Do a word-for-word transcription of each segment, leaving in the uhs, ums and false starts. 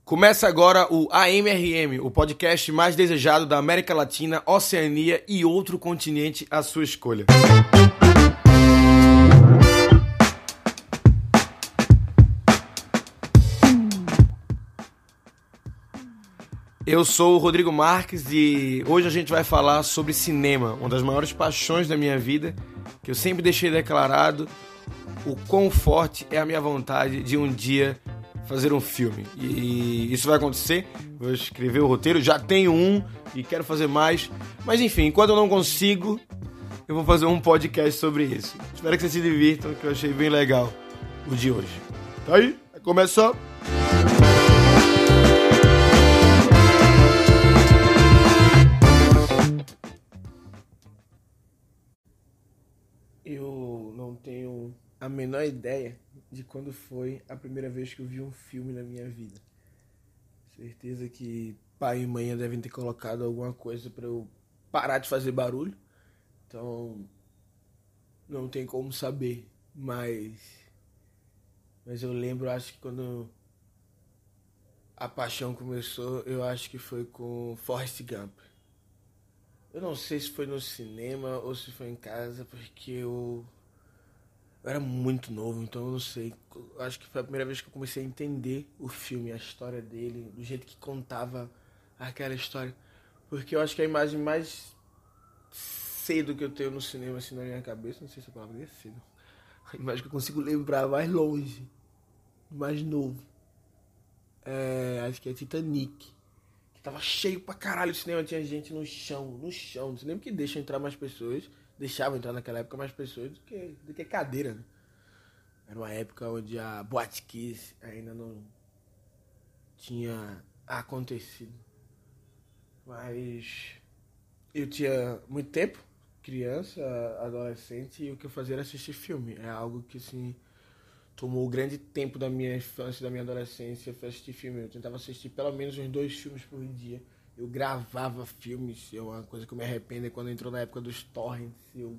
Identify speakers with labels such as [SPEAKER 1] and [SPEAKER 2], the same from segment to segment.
[SPEAKER 1] Começa agora o A M R M, o podcast mais desejado da América Latina, Oceania e outro continente à sua escolha. Eu sou o Rodrigo Marques e hoje a gente vai falar sobre cinema, uma das maiores paixões da minha vida, que eu sempre deixei declarado o quão forte é a minha vontade de um dia fazer um filme. E isso vai acontecer, vou escrever o roteiro, já tenho um e quero fazer mais, mas enfim, enquanto eu não consigo, eu vou fazer um podcast sobre isso. Espero que vocês se divirtam, que eu achei bem legal o de hoje. Tá aí? Começou! Eu não tenho a menor ideia de quando foi a primeira vez que eu vi um filme na minha vida. Certeza que pai e mãe devem ter colocado alguma coisa para eu parar de fazer barulho. Então, não tem como saber. Mas, mas eu lembro, acho que quando a paixão começou, eu acho que foi com Forrest Gump. Eu não sei se foi no cinema ou se foi em casa, porque eu, eu era muito novo, então eu não sei. Eu acho que foi a primeira vez que eu comecei a entender o filme, a história dele, do jeito que contava aquela história. Porque eu acho que a imagem mais cedo que eu tenho no cinema, assim, na minha cabeça, não sei se a palavra é cedo, a imagem que eu consigo lembrar mais longe, mais novo, é, acho que é Titanic. Tava cheio pra caralho o cinema, tinha gente no chão, no chão. Não sei nem porque deixam entrar mais pessoas, deixavam entrar naquela época mais pessoas do que, do que cadeira, né? Era uma época onde a Boate Kiss ainda não tinha acontecido. Mas eu tinha muito tempo, criança, adolescente, e o que eu fazia era assistir filme. É algo que, assim, tomou grande tempo da minha infância, da minha adolescência, foi assistir filme. Eu tentava assistir pelo menos uns dois filmes por dia. Eu gravava filmes, é uma coisa que eu me arrependo é quando entrou na época dos torrents. Eu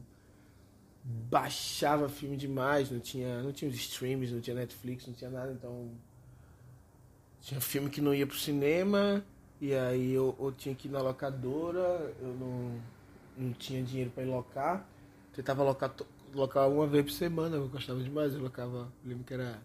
[SPEAKER 1] baixava filme demais, não tinha, não tinha os streams, não tinha Netflix, não tinha nada, então tinha filme que não ia pro cinema, e aí eu, eu tinha que ir na locadora, eu não, não tinha dinheiro pra ir locar, tentava locar locar uma vez por semana, eu gostava demais, eu locava, eu lembro que era,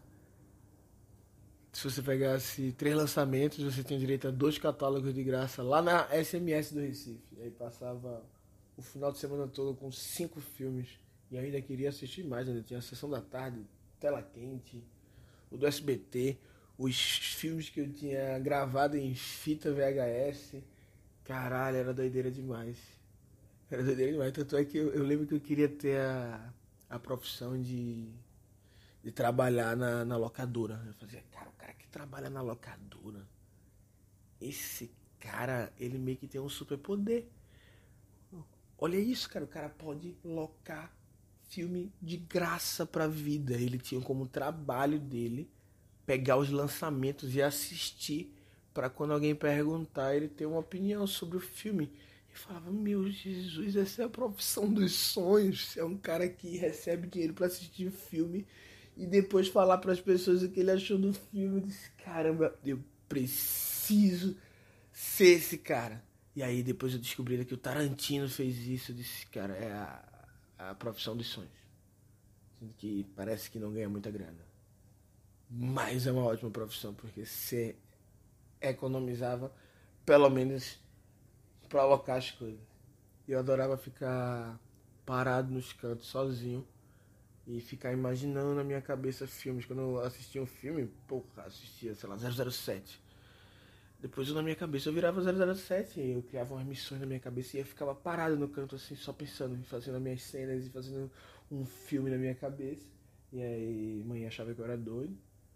[SPEAKER 1] se você pegasse três lançamentos, você tinha direito a dois catálogos de graça lá na S M S do Recife, aí passava o final de semana todo com cinco filmes, e ainda queria assistir mais, ainda tinha a Sessão da Tarde, Tela Quente, o do S B T, os filmes que eu tinha gravado em fita V H S, caralho, era doideira demais. Era doideira demais, tanto é que eu, eu lembro que eu queria ter a, a profissão de, de trabalhar na, na locadora. Eu fazia, cara, o cara que trabalha na locadora, esse cara, ele meio que tem um superpoder. Olha isso, cara, o cara pode locar filme de graça pra vida. Ele tinha como trabalho dele pegar os lançamentos e assistir pra quando alguém perguntar, ele ter uma opinião sobre o filme. E falava, meu Jesus, essa é a profissão dos sonhos. Você é um cara que recebe dinheiro pra assistir filme e depois falar pras pessoas o que ele achou do filme. Eu disse, caramba, eu preciso ser esse cara. E aí depois eu descobri que o Tarantino fez isso. Eu disse, cara, é a, a profissão dos sonhos. Sendo que parece que não ganha muita grana. Mas é uma ótima profissão, porque você economizava pelo menos pra alocar as coisas. Eu adorava ficar parado nos cantos sozinho e ficar imaginando na minha cabeça filmes. Quando eu assistia um filme, porra, assistia, sei lá, zero zero sete. Depois eu, na minha cabeça eu virava zero zero sete, eu criava umas missões na minha cabeça e eu ficava parado no canto assim, só pensando em fazendo as minhas cenas e fazendo um filme na minha cabeça. E aí mãe achava que eu era doido.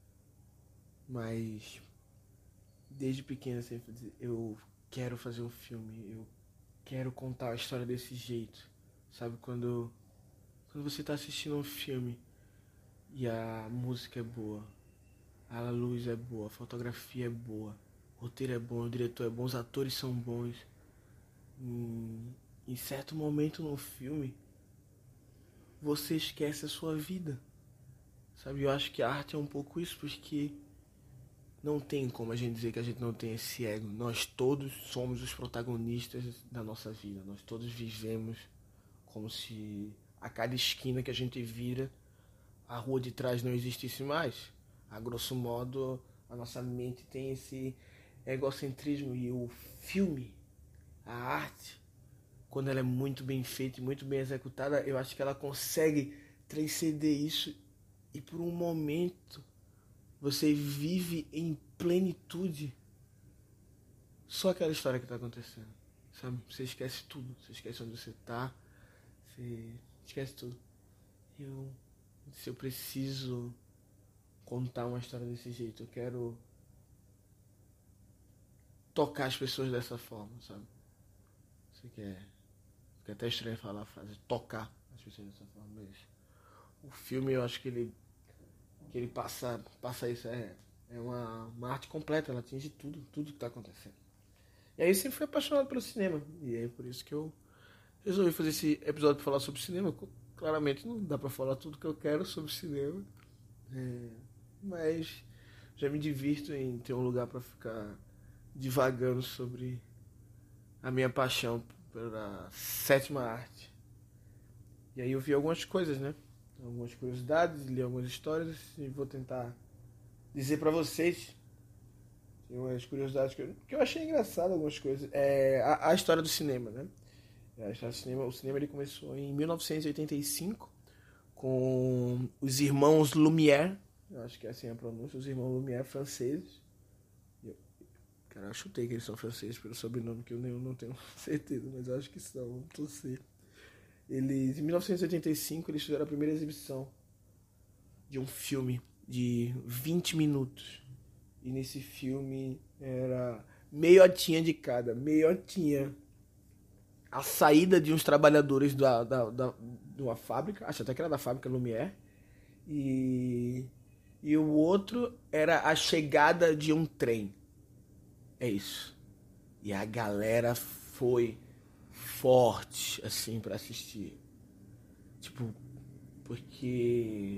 [SPEAKER 1] Mas desde pequeno sempre dizia, eu quero fazer um filme, eu quero contar a história desse jeito. Sabe, quando, quando você tá assistindo um filme e a música é boa, a luz é boa, a fotografia é boa, o roteiro é bom, o diretor é bom, os atores são bons. Em, em certo momento no filme, você esquece a sua vida. Sabe, eu acho que a arte é um pouco isso, porque não tem como a gente dizer que a gente não tem esse ego. Nós todos somos os protagonistas da nossa vida. Nós todos vivemos como se a cada esquina que a gente vira, a rua de trás não existisse mais. A grosso modo, a nossa mente tem esse egocentrismo. E o filme, a arte, quando ela é muito bem feita e muito bem executada, eu acho que ela consegue transcender isso. E por um momento, você vive em plenitude só aquela história que está acontecendo. Sabe? Você esquece tudo. Você esquece onde você está. Você esquece tudo. Eu, se eu preciso contar uma história desse jeito, eu quero tocar as pessoas dessa forma, sabe? Você quer... Fica até estranho falar a frase, tocar as pessoas dessa forma, mas o filme, eu acho que ele que ele passa, passa isso, é, é uma, uma arte completa, ela atinge tudo, tudo que está acontecendo. E aí eu sempre fui apaixonado pelo cinema, e é por isso que eu resolvi fazer esse episódio para falar sobre cinema. Claramente não dá para falar tudo que eu quero sobre cinema, é, mas já me divirto em ter um lugar para ficar divagando sobre a minha paixão pela sétima arte. E aí eu vi algumas coisas, né? Algumas curiosidades, li algumas histórias e vou tentar dizer pra vocês. Tem umas curiosidades que eu, que eu achei engraçado, algumas coisas. É a, a história do cinema, né? A história do cinema, o cinema ele começou em mil novecentos e oitenta e cinco com os irmãos Lumière. Eu acho que é assim a pronúncia, os irmãos Lumière franceses. Eu, cara, eu chutei que eles são franceses pelo sobrenome, que eu nem, não tenho certeza, mas eu acho que são, vamos torcer. Eles, em mil novecentos e oitenta e cinco, eles fizeram a primeira exibição de um filme de vinte minutos. E nesse filme era meiotinha de cada, meiotinha. A saída de uns trabalhadores da, da, da, de uma fábrica, acho até que era da fábrica Lumière. E, e o outro era a chegada de um trem. É isso. E a galera foi forte, assim, pra assistir. Tipo, porque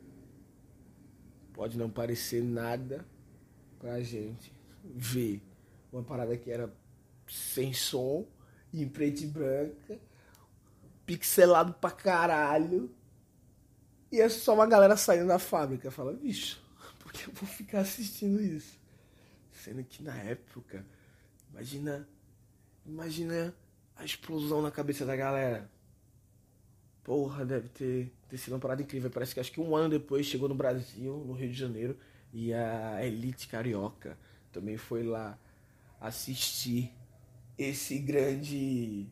[SPEAKER 1] pode não parecer nada pra gente ver uma parada que era sem som, em preto e branca, pixelado pra caralho, e é só uma galera saindo da fábrica. Fala, bicho, por que eu vou ficar assistindo isso? Sendo que na época, imagina, imagina a explosão na cabeça da galera. Porra, deve ter, ter sido uma parada incrível. Parece que acho que um ano depois chegou no Brasil, no Rio de Janeiro, e a elite carioca também foi lá assistir esse grande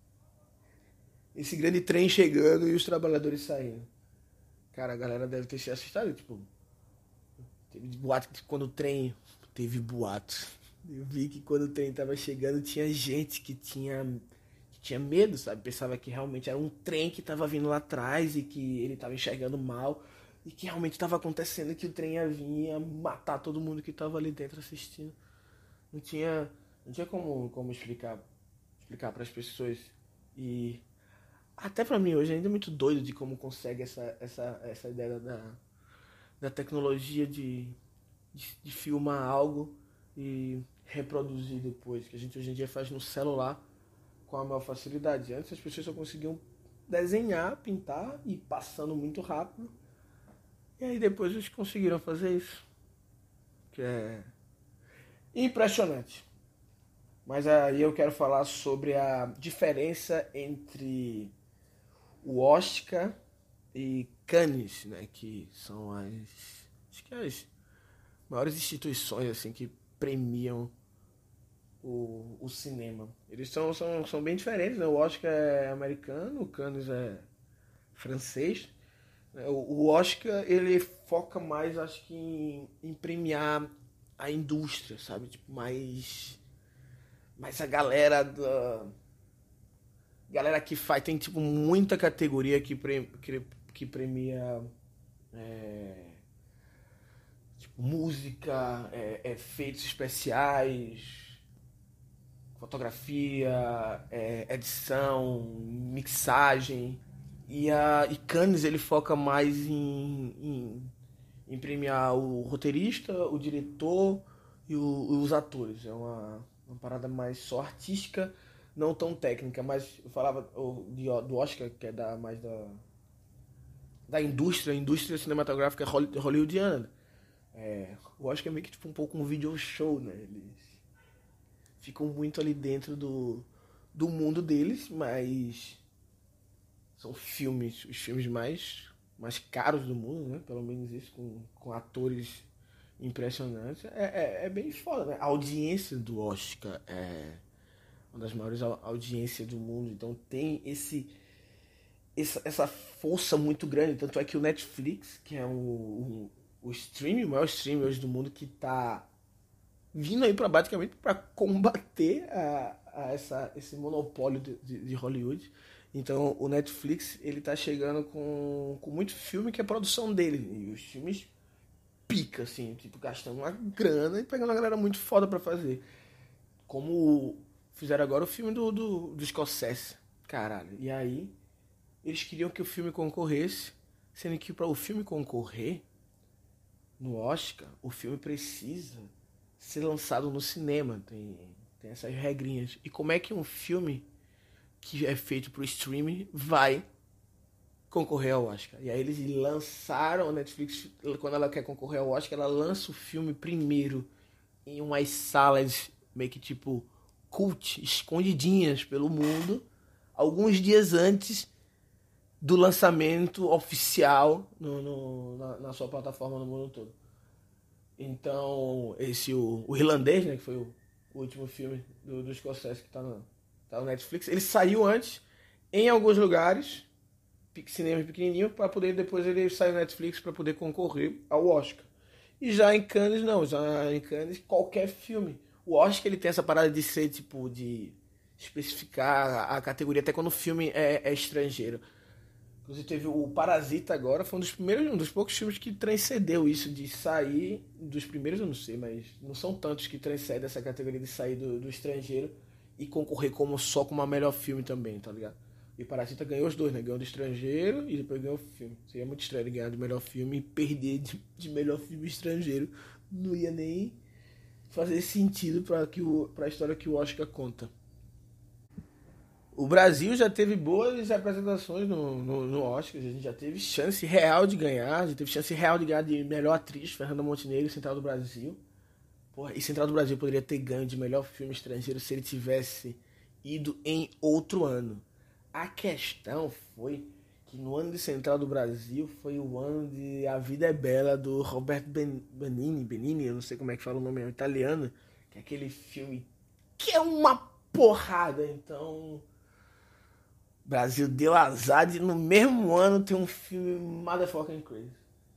[SPEAKER 1] esse grande trem chegando e os trabalhadores saindo. Cara, a galera deve ter se assustado, tipo, teve boato que quando o trem teve boato. Eu vi que quando o trem tava chegando tinha gente que tinha que tinha medo, sabe? Pensava que realmente era um trem que tava vindo lá atrás e que ele tava enxergando mal e que realmente estava acontecendo, que o trem ia vir e ia matar todo mundo que tava ali dentro assistindo. Não tinha, não tinha como, como explicar explicar para as pessoas. E até para mim hoje ainda é muito doido de como consegue essa, essa, essa ideia da, da tecnologia de, de, de filmar algo e reproduzir depois, que a gente hoje em dia faz no celular com a maior facilidade. Antes as pessoas só conseguiam desenhar, pintar e passando muito rápido. E aí depois eles conseguiram fazer isso. Que é impressionante. Mas aí eu quero falar sobre a diferença entre o Oscar e Cannes, né, que são as, acho que as maiores instituições assim que premiam o, o cinema. Eles são, são, são bem diferentes, né? O Oscar é americano, o Cannes é francês. O, o Oscar, ele foca mais, acho que, em, em premiar a indústria, sabe? Tipo, mais, mais a galera da... Galera que faz, tem tipo muita categoria que, pre, que, que premia é, tipo, música, é, efeitos especiais, fotografia, é, edição, mixagem. E, a, e Cannes ele foca mais em, em, em premiar o roteirista, o diretor e o, os atores. É uma, uma parada mais só artística, não tão técnica, mas eu falava de, do Oscar, que é da, mais da, da indústria, indústria cinematográfica hollywoodiana. É, o Oscar é meio que tipo, um pouco um video show, né? Eles ficam muito ali dentro do, do mundo deles, mas são filmes, os filmes mais, mais caros do mundo, né? Pelo menos isso, com, com atores impressionantes. É, é, é bem foda, né? A audiência do Oscar é uma das maiores audiências do mundo, então tem esse, essa, essa força muito grande. Tanto é que o Netflix, que é um, um, o streaming, o maior streaming hoje do mundo, que tá vindo aí pra, basicamente para combater a, a essa, esse monopólio de, de, de Hollywood. Então o Netflix, ele tá chegando com, com muito filme que é produção dele, e os filmes pica, assim, tipo, gastando uma grana e pegando uma galera muito foda pra fazer. Como fizeram agora o filme do, do, do Scorsese, caralho. E aí, eles queriam que o filme concorresse, sendo que para o filme concorrer no Oscar, o filme precisa ser lançado no cinema. Tem, tem essas regrinhas. E como é que um filme que é feito pro streaming vai concorrer ao Oscar? E aí eles lançaram, a Netflix, quando ela quer concorrer ao Oscar, ela lança o filme primeiro em umas salas meio que tipo cult, escondidinhas pelo mundo, alguns dias antes do lançamento oficial no, no, na, na sua plataforma no mundo todo. Então, esse, o, o Irlandês, né, que foi o, o último filme do, do Scorsese que tá no, tá no Netflix, ele saiu antes em alguns lugares, cinemas pequenininho, para poder depois ele sair no Netflix para poder concorrer ao Oscar. E já em Cannes, não, já em Cannes, qualquer filme. O Oscar, ele tem essa parada de ser, tipo, de especificar a categoria, até quando o filme é, é estrangeiro. Inclusive teve o Parasita agora, foi um dos primeiros, um dos poucos filmes que transcendeu isso, de sair, dos primeiros eu não sei, mas não são tantos que transcendem essa categoria de sair do, do estrangeiro e concorrer como só como a melhor filme também, tá ligado? E Parasita ganhou os dois, né? Ganhou do estrangeiro e depois ganhou o filme. Seria muito estranho ele ganhar do melhor filme e perder de, de melhor filme estrangeiro. Não ia nem fazer sentido para que o, para a história que o Oscar conta. O Brasil já teve boas apresentações no, no, no Oscar. A gente já teve chance real de ganhar. Já teve chance real de ganhar de melhor atriz, Fernanda Montenegro, Central do Brasil. Porra, e Central do Brasil poderia ter ganho de melhor filme estrangeiro se ele tivesse ido em outro ano. A questão foi que no ano de Central do Brasil foi o ano de A Vida é Bela, do Roberto ben, Benini, Benini, eu não sei como é que fala o nome, é italiano, que é aquele filme que é uma porrada. Então, o Brasil deu azar de no mesmo ano ter um filme Motherfucking Crazy.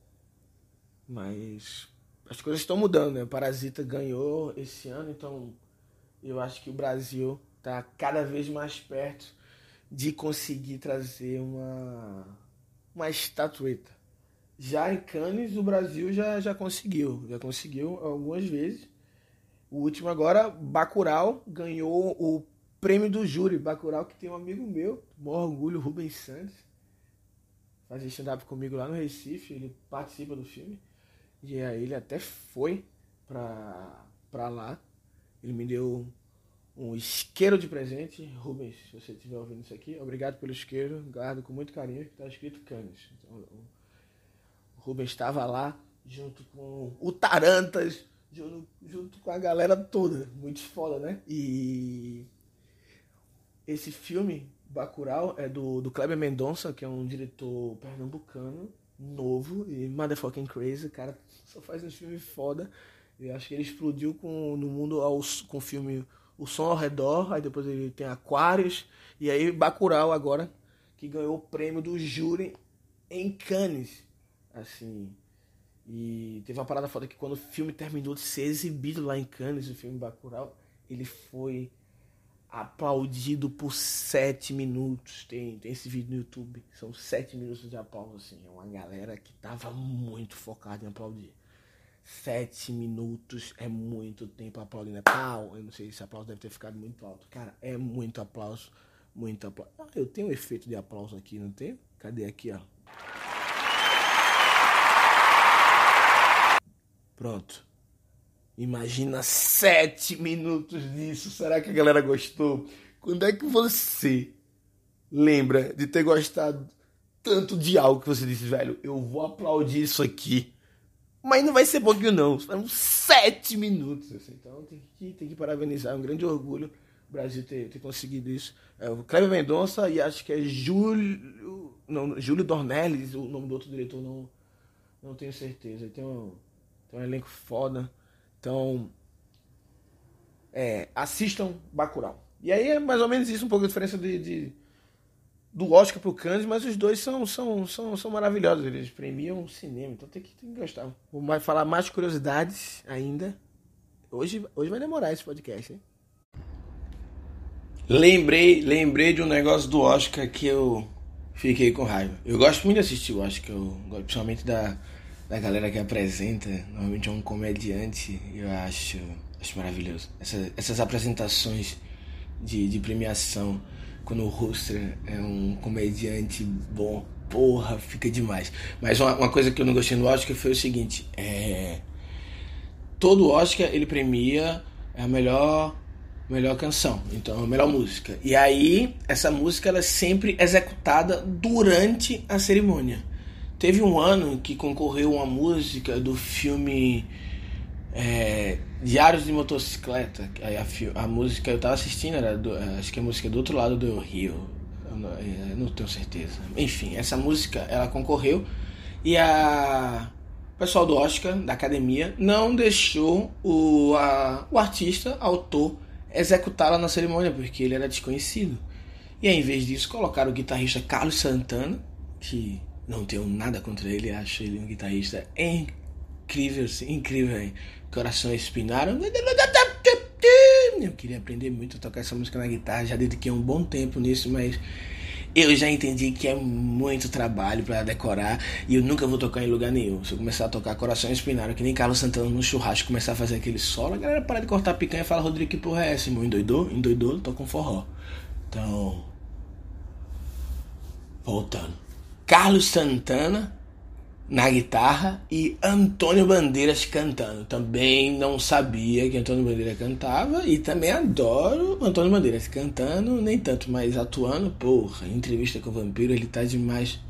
[SPEAKER 1] Mas as coisas estão mudando, né? Parasita ganhou esse ano, então eu acho que o Brasil está cada vez mais perto de conseguir trazer uma, uma estatueta. Já em Cannes, o Brasil já, já conseguiu. Já conseguiu algumas vezes. O último agora, Bacurau, ganhou o prêmio do júri. Bacurau, que tem um amigo meu, maior orgulho, Rubens Santos. Faz stand-up comigo lá no Recife. Ele participa do filme. E aí ele até foi pra, pra lá. Ele me deu um isqueiro de presente. Rubens, se você estiver ouvindo isso aqui, obrigado pelo isqueiro, guardo com muito carinho, que está escrito Cannes. Então, o Rubens estava lá junto com o Tarantas, junto, junto com a galera toda, muito foda, né? E esse filme, Bacurau, é do, do Kleber Mendonça, que é um diretor pernambucano, novo, e motherfucking crazy, o cara só faz um filme foda. Eu acho que ele explodiu com, no mundo aos, com o filme O Som ao Redor, aí depois ele tem Aquários, e aí Bacurau agora, que ganhou o prêmio do júri em Cannes, assim. E teve uma parada foda que quando o filme terminou de ser exibido lá em Cannes, o filme Bacurau, ele foi aplaudido por sete minutos. Tem, tem esse vídeo no YouTube, são sete minutos de aplauso, assim. É uma galera que tava muito focada em aplaudir. Sete minutos é muito tempo aplaudindo, né? Pau! Eu não sei se esse aplauso deve ter ficado muito alto. Cara, é muito aplauso, muito aplauso. Ah, eu tenho um efeito de aplauso aqui, não tenho? Cadê aqui, ó? Pronto. Imagina sete minutos disso. Será que a galera gostou? Quando é que você lembra de ter gostado tanto de algo que você disse, velho, eu vou aplaudir isso aqui, mas não vai ser pouquinho não, são sete minutos. Assim. Então tem que, tem que parabenizar, é um grande orgulho o Brasil ter, ter conseguido isso. É o Kleber Mendonça e acho que é Júlio, não, Júlio Dornelles, o nome do outro diretor, não, não tenho certeza. Tem um, tem um elenco foda. Então, é, assistam Bacurau. E aí é mais ou menos isso, um pouco a diferença de, de, do Oscar pro Cannes, mas os dois são, são, são, são maravilhosos, eles premiam o cinema, então tem que, tem que gostar. Vou mais, falar mais curiosidades ainda. Hoje, hoje vai demorar esse podcast, hein? Lembrei, lembrei de um negócio do Oscar que eu fiquei com raiva. Eu gosto muito de assistir o Oscar, eu gosto principalmente da, da galera que apresenta, normalmente é um comediante, eu acho, acho maravilhoso. Essa, essas apresentações de, de premiação, quando o roster é um comediante bom, porra, fica demais. Mas uma, uma coisa que eu não gostei no Oscar foi o seguinte, é... todo Oscar ele premia a melhor, melhor canção, então a melhor música. E aí, essa música ela é sempre executada durante a cerimônia. Teve um ano que concorreu uma música do filme é, Diários de Motocicleta. A, a, a música eu tava assistindo, era do, acho que a música é do outro lado do rio. Eu não, eu não tenho certeza. Enfim, essa música ela concorreu e a o pessoal do Oscar, da academia, não deixou o, a, o artista, autor, executá-la na cerimônia, porque ele era desconhecido. E aí, em vez disso, colocaram o guitarrista Carlos Santana, que não tenho nada contra ele, acho ele um guitarrista incrível, assim, incrível, hein? Corações espinaram. Eu queria aprender muito a tocar essa música na guitarra, já dediquei um bom tempo nisso, mas eu já entendi que é muito trabalho pra decorar e eu nunca vou tocar em lugar nenhum. Se eu começar a tocar Corações Espinaram, que nem Carlos Santana no churrasco, começar a fazer aquele solo, a galera para de cortar a picanha e fala, Rodrigo, que porra é essa, irmão? Endoidou? Endoidou? Toca um forró. Então, voltando. Carlos Santana na guitarra e Antônio Bandeiras cantando. Também não sabia que Antônio Bandeiras cantava e também adoro Antônio Bandeiras cantando, nem tanto, mas atuando, porra, em Entrevista com o Vampiro ele tá demais.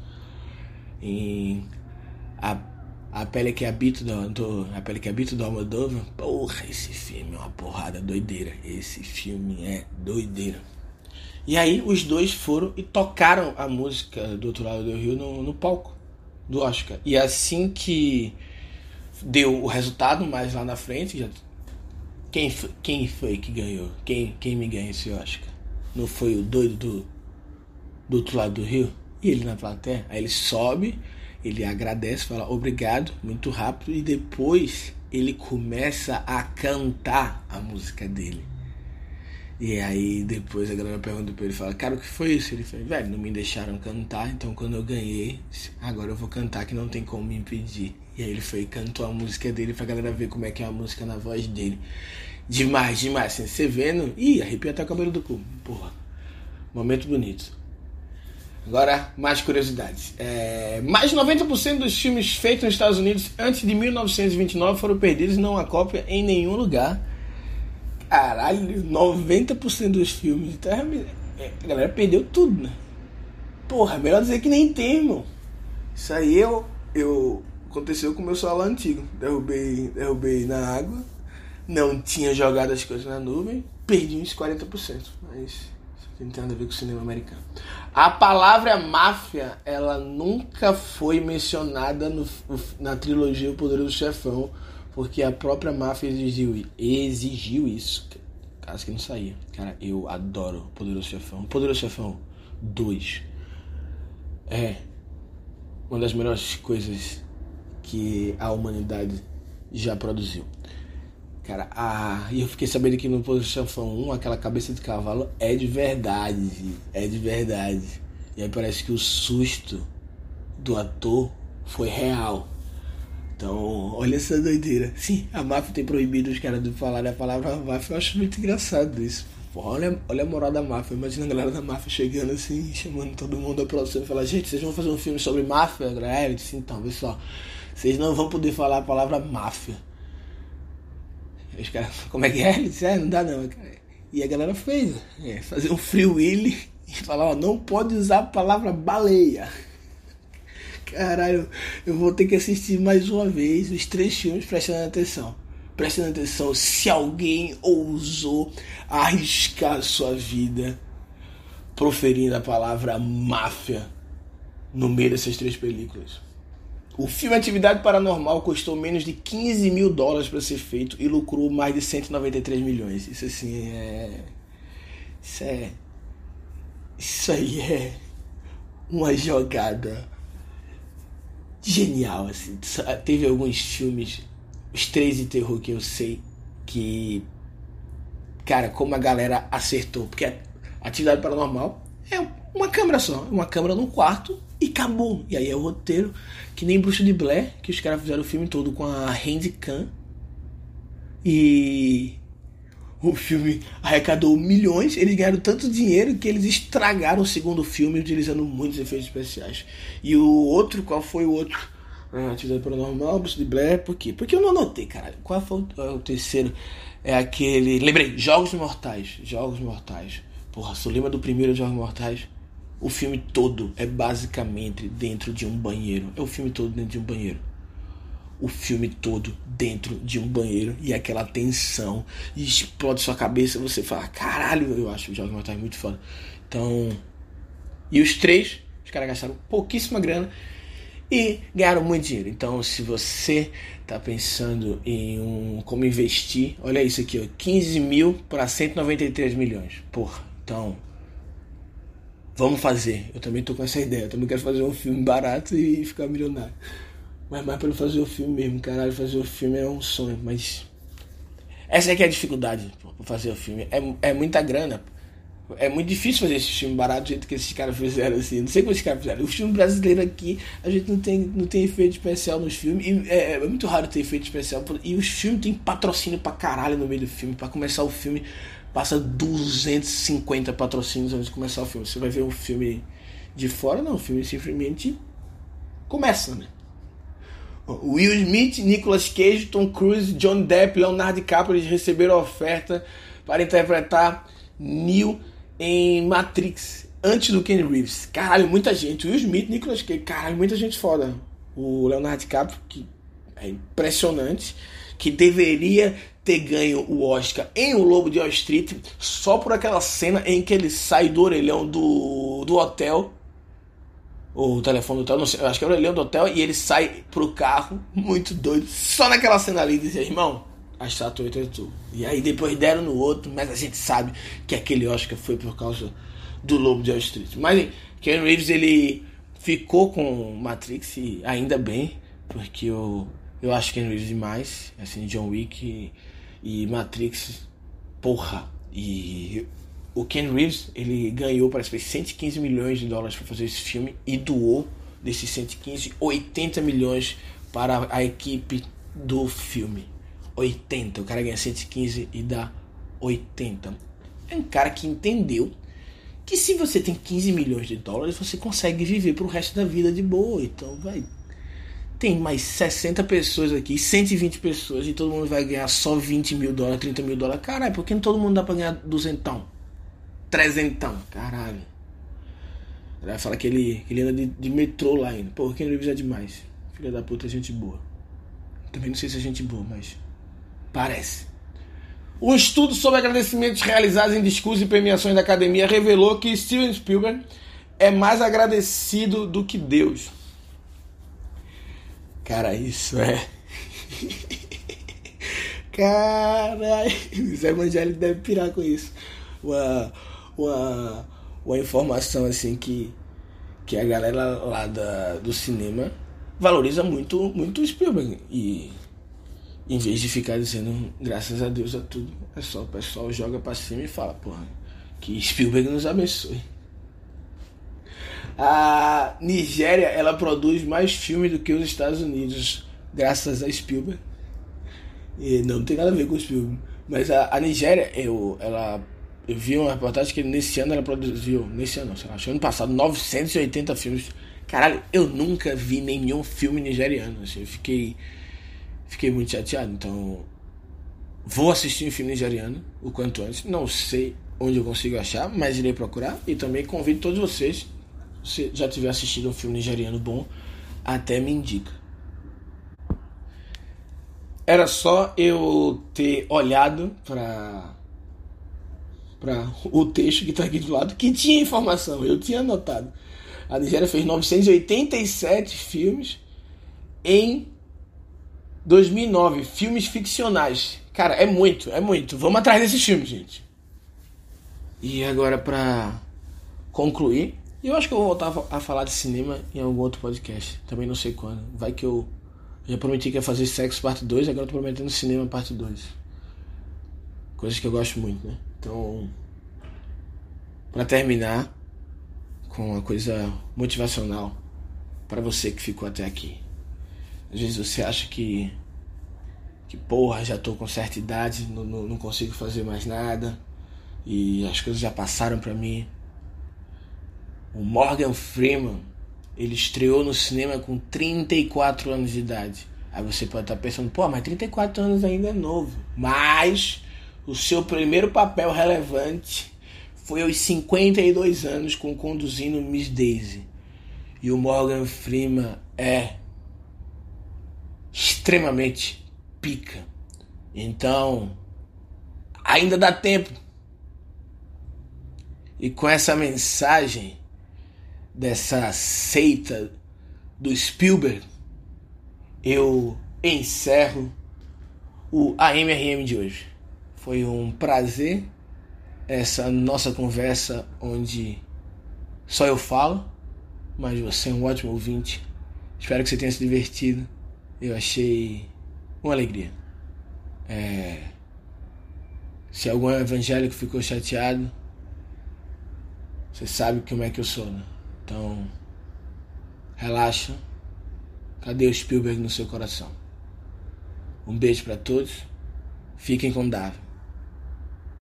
[SPEAKER 1] Em a, a Pele que Habito do, do, A Pele que Habito do Almodóvar, porra, esse filme é uma porrada doideira, esse filme é doideira. E aí os dois foram e tocaram a música do Outro Lado do Rio no, no palco do Oscar. E assim que deu o resultado, mais lá na frente, já... quem, foi, quem foi que ganhou? Quem, quem me ganhou esse Oscar? Não foi o doido do, do Outro Lado do Rio? E ele na plateia? Aí ele sobe, ele agradece, fala obrigado, muito rápido, e depois ele começa a cantar a música dele. E aí depois a galera pergunta pra ele, fala, cara, o que foi isso? Ele fala, velho, não me deixaram cantar, então quando eu ganhei, agora eu vou cantar que não tem como me impedir. E aí ele foi e cantou a música dele pra galera ver como é que é a música na voz dele. Demais, demais, assim, você vendo, ih, arrepia até o cabelo do cu, porra, momento bonito. Agora, mais curiosidades. É, mais de noventa por cento dos filmes feitos nos Estados Unidos antes de mil novecentos e vinte e nove foram perdidos e não há cópia em nenhum lugar. Caralho, noventa por cento dos filmes. Então, a galera perdeu tudo, né? Porra, é melhor dizer que nem tem, irmão. Isso aí eu, eu aconteceu com o meu celular antigo. Derrubei, derrubei na água. Não tinha jogado as coisas na nuvem. Perdi uns quarenta por cento. Mas isso não tem nada a ver com o cinema americano. A palavra máfia, ela nunca foi mencionada no, na trilogia O Poderoso Chefão. Porque a própria máfia exigiu, exigiu isso. Caso que não saía. Cara, eu adoro Poderoso Chefão. Poderoso Chefão dois é uma das melhores coisas que a humanidade já produziu. Cara, ah, e eu fiquei sabendo que no Poderoso Chefão um, aquela cabeça de cavalo é de verdade. É de verdade. E aí parece que o susto do ator foi real. Então, olha essa doideira. Sim, a máfia tem proibido os caras de falar a palavra máfia. Eu acho muito engraçado isso. Porra, olha, olha a moral da máfia. Imagina a galera da máfia chegando assim, chamando todo mundo da produção e falar, gente, vocês vão fazer um filme sobre máfia? É, eu disse, então, pessoal, vocês não vão poder falar a palavra máfia. Os caras, como é que é? Ele disse, é, não dá não, cara. E a galera fez, é, fazer um free willy e falar, ó, não pode usar a palavra baleia. Caralho, eu vou ter que assistir mais uma vez os três filmes prestando atenção. Prestando atenção se alguém ousou arriscar sua vida proferindo a palavra máfia no meio dessas três películas. O filme Atividade Paranormal custou menos de quinze mil dólares para ser feito e lucrou mais de cento e noventa e três milhões. Isso assim é... Isso é... Isso aí é uma jogada genial, assim. Teve alguns filmes, os três de terror que eu sei que... Cara, como a galera acertou. Porque a Atividade Paranormal é uma câmera só. Uma câmera num quarto e acabou. E aí é o roteiro que nem Bruxa de Blair, que os caras fizeram o filme todo com a Handicam. E o filme arrecadou milhões. Eles ganharam tanto dinheiro que eles estragaram o segundo filme utilizando muitos efeitos especiais. E o outro, qual foi o outro? Ah, Atividade Paranormal, Bruxa de Blair, por quê? Porque eu não anotei, caralho. Qual foi o, o terceiro? É aquele... Lembrei, Jogos Mortais. Jogos Mortais. Porra, se eu lembro do primeiro Jogos Mortais, o filme todo é basicamente dentro de um banheiro. É o filme todo dentro de um banheiro. O filme todo dentro de um banheiro. E aquela tensão. E explode sua cabeça. Você fala, caralho, eu acho o Jogos Mortais muito foda. Então... E os três, os caras gastaram pouquíssima grana e ganharam muito dinheiro. Então, se você tá pensando em um, como investir, olha isso aqui, ó, quinze mil para cento e noventa e três milhões. Porra, então, vamos fazer. Eu também tô com essa ideia. Eu também quero fazer um filme barato e ficar milionário. Mas mais para fazer o filme mesmo, caralho, fazer o filme é um sonho. Mas essa aqui é a dificuldade para fazer o filme. É, é muita grana. É muito difícil fazer esse filme barato do jeito que esses caras fizeram, assim. Não sei como esses caras fizeram. O filme brasileiro aqui, a gente não tem, não tem efeito especial nos filmes. E é, é muito raro ter efeito especial. E os filmes tem patrocínio pra caralho no meio do filme. Pra começar o filme, passa duzentos e cinquenta patrocínios antes de começar o filme. Você vai ver um filme de fora, não. O filme simplesmente começa, né? Will Smith, Nicolas Cage, Tom Cruise, Johnny Depp, Leonardo DiCaprio, eles receberam a oferta para interpretar Neo em Matrix, antes do Ken Reeves. Caralho, muita gente. Will Smith, Nicolas Cage, caralho, muita gente foda. O Leonardo DiCaprio, que é impressionante, que deveria ter ganho o Oscar em O Lobo de Wall Street, só por aquela cena em que ele sai do orelhão do, do hotel, ou o telefone do hotel, não sei, eu acho que é o orelhão do hotel, e ele sai pro carro, muito doido, só naquela cena ali, dizia, irmão, a estatueta é tua. E aí depois deram no outro, mas a gente sabe que aquele Oscar foi por causa do Lobo de Wall Street. Mas Keanu Reeves, ele ficou com Matrix, e ainda bem, porque eu, eu acho Keanu Reeves demais, assim, John Wick e, e Matrix, porra. E o Keanu Reeves, ele ganhou, parece que cento e quinze milhões de dólares para fazer esse filme e doou desses cento e quinze, oitenta milhões para a equipe do filme. oitenta, o cara ganha cento e quinze e dá oitenta. É um cara que entendeu que se você tem quinze milhões de dólares, você consegue viver pro resto da vida de boa. Então vai, tem mais sessenta pessoas aqui, cento e vinte pessoas, e todo mundo vai ganhar só vinte mil dólares, trinta mil dólares. Caralho, por que não todo mundo dá pra ganhar duzentão? Trezentão, caralho. Ele vai falar que ele, que ele anda de, de metrô lá ainda. Pô, quem Reeves é demais. Filha da puta, é gente boa. Também não sei se é gente boa, mas parece. Um estudo sobre agradecimentos realizados em discursos e premiações da academia revelou que Steven Spielberg é mais agradecido do que Deus. Cara, isso é... Caralho, os evangélicos devem pirar com isso. Uma, uma, uma informação assim que, que a galera lá da, do cinema valoriza muito, muito o Spielberg. E em vez de ficar dizendo graças a Deus a tudo, é só o pessoal joga pra cima e fala, porra, que Spielberg nos abençoe. A Nigéria, ela produz mais filmes do que os Estados Unidos, graças a Spielberg. E não tem nada a ver com o Spielberg. Mas a, a Nigéria, eu, ela, eu vi uma reportagem que nesse ano ela produziu, nesse ano, sei lá, acho que ano passado, novecentos e oitenta filmes. Caralho, eu nunca vi nenhum filme nigeriano, assim, eu fiquei, fiquei muito chateado. Então, vou assistir um filme nigeriano o quanto antes. Não sei onde eu consigo achar, mas irei procurar. E também convido todos vocês, se já tiver assistido um filme nigeriano bom, até me indica. Era só eu ter olhado para para o texto que está aqui do lado, que tinha informação, eu tinha anotado. A Nigéria fez novecentos e oitenta e sete filmes em dois mil e nove, filmes ficcionais. Cara, é muito, é muito. Vamos atrás desses filmes, gente. E agora, pra concluir, eu acho que eu vou voltar a falar de cinema em algum outro podcast. Também não sei quando. Vai que eu já prometi que ia fazer Sexo parte dois, agora eu tô prometendo Cinema parte dois. Coisas que eu gosto muito, né? Então, pra terminar com uma coisa motivacional pra você que ficou até aqui. Às vezes você acha que que porra, já tô com certa idade, não, não, não consigo fazer mais nada e as coisas já passaram pra mim. O Morgan Freeman, ele estreou no cinema com trinta e quatro anos de idade. Aí você pode estar pensando, pô, mas trinta e quatro anos ainda é novo. Mas o seu primeiro papel relevante foi aos cinquenta e dois anos com Conduzindo Miss Daisy. E o Morgan Freeman é extremamente pica. Então, ainda dá tempo. E com essa mensagem dessa seita do Spielberg, eu encerro o A M R M de hoje. Foi um prazer essa nossa conversa onde só eu falo, mas você é um ótimo ouvinte. Espero que você tenha se divertido. Eu achei uma alegria. É... Se algum evangélico ficou chateado, você sabe como é que eu sou, né? Então, relaxa. Cadê o Spielberg no seu coração? Um beijo pra todos. Fiquem com Davi.